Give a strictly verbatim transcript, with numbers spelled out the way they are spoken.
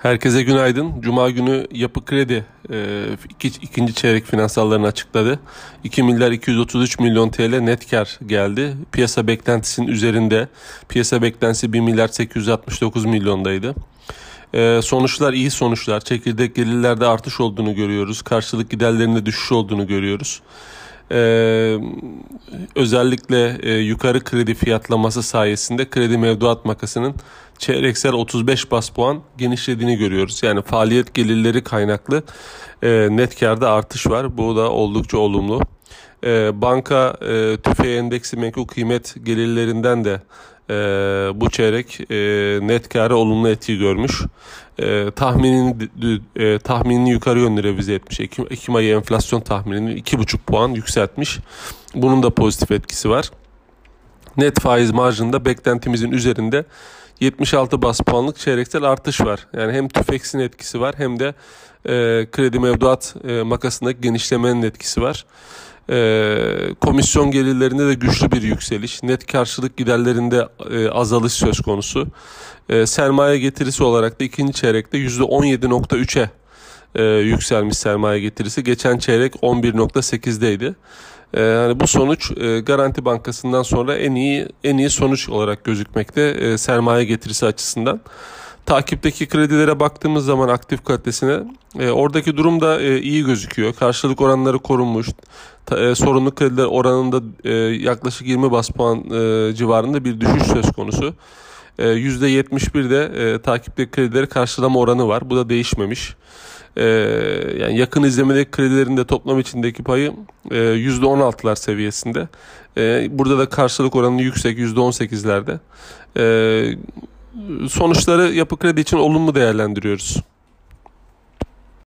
Herkese günaydın. Cuma günü Yapı Kredi e, iki, ikinci çeyrek finansallarını açıkladı. iki milyar iki yüz otuz üç milyon T L net kar geldi. Piyasa beklentisinin üzerinde. Piyasa beklentisi bir milyar sekiz yüz altmış dokuz milyondaydı. E, sonuçlar iyi sonuçlar. Çekirdek gelirlerde artış olduğunu görüyoruz. Karşılık giderlerinde düşüş olduğunu görüyoruz. Ee, özellikle e, yukarı kredi fiyatlaması sayesinde kredi mevduat makasının çeyreksel otuz beş bas puan genişlediğini görüyoruz. Yani faaliyet gelirleri kaynaklı e, net karda artış var. Bu da oldukça olumlu. E, banka e, tüfe endeksi menkul kıymet gelirlerinden de e, bu çeyrek e, net kâra olumlu etki görmüş. E, tahminin e, tahminini yukarı yönlü revize etmiş. Ekim, Ekim ayı enflasyon tahminini iki buçuk puan yükseltmiş. Bunun da pozitif etkisi var. Net faiz marjında beklentimizin üzerinde yetmiş altı bas puanlık çeyreksel artış var. Yani hem tüfeksin etkisi var hem de e, kredi mevduat e, makasındaki genişlemenin etkisi var. E, komisyon gelirlerinde de güçlü bir yükseliş. Net karşılık giderlerinde e, azalış söz konusu. E, sermaye getirisi olarak da ikinci çeyrekte yüzde on yedi nokta üçe e, yükselmiş sermaye getirisi. Geçen çeyrek on bir nokta sekizdeydi. E, yani bu sonuç e, Garanti Bankası'ndan sonra en iyi en iyi sonuç olarak gözükmekte e, sermaye getirisi açısından. Takipteki kredilere baktığımız zaman aktif kalitesine e, oradaki durum da e, iyi gözüküyor. Karşılık oranları korunmuş. Ta, e, sorunlu krediler oranında e, yaklaşık yirmi bas puan e, civarında bir düşüş söz konusu. E, yüzde yetmiş bir de e, takipteki kredileri karşılama oranı var. Bu da değişmemiş. E, yani yakın izlemedeki kredilerin de toplam içindeki payı e, yüzde on altılar seviyesinde. E, burada da karşılık oranı yüksek yüzde on sekizlerde. E, Sonuçları Yapı Kredi için olumlu değerlendiriyoruz.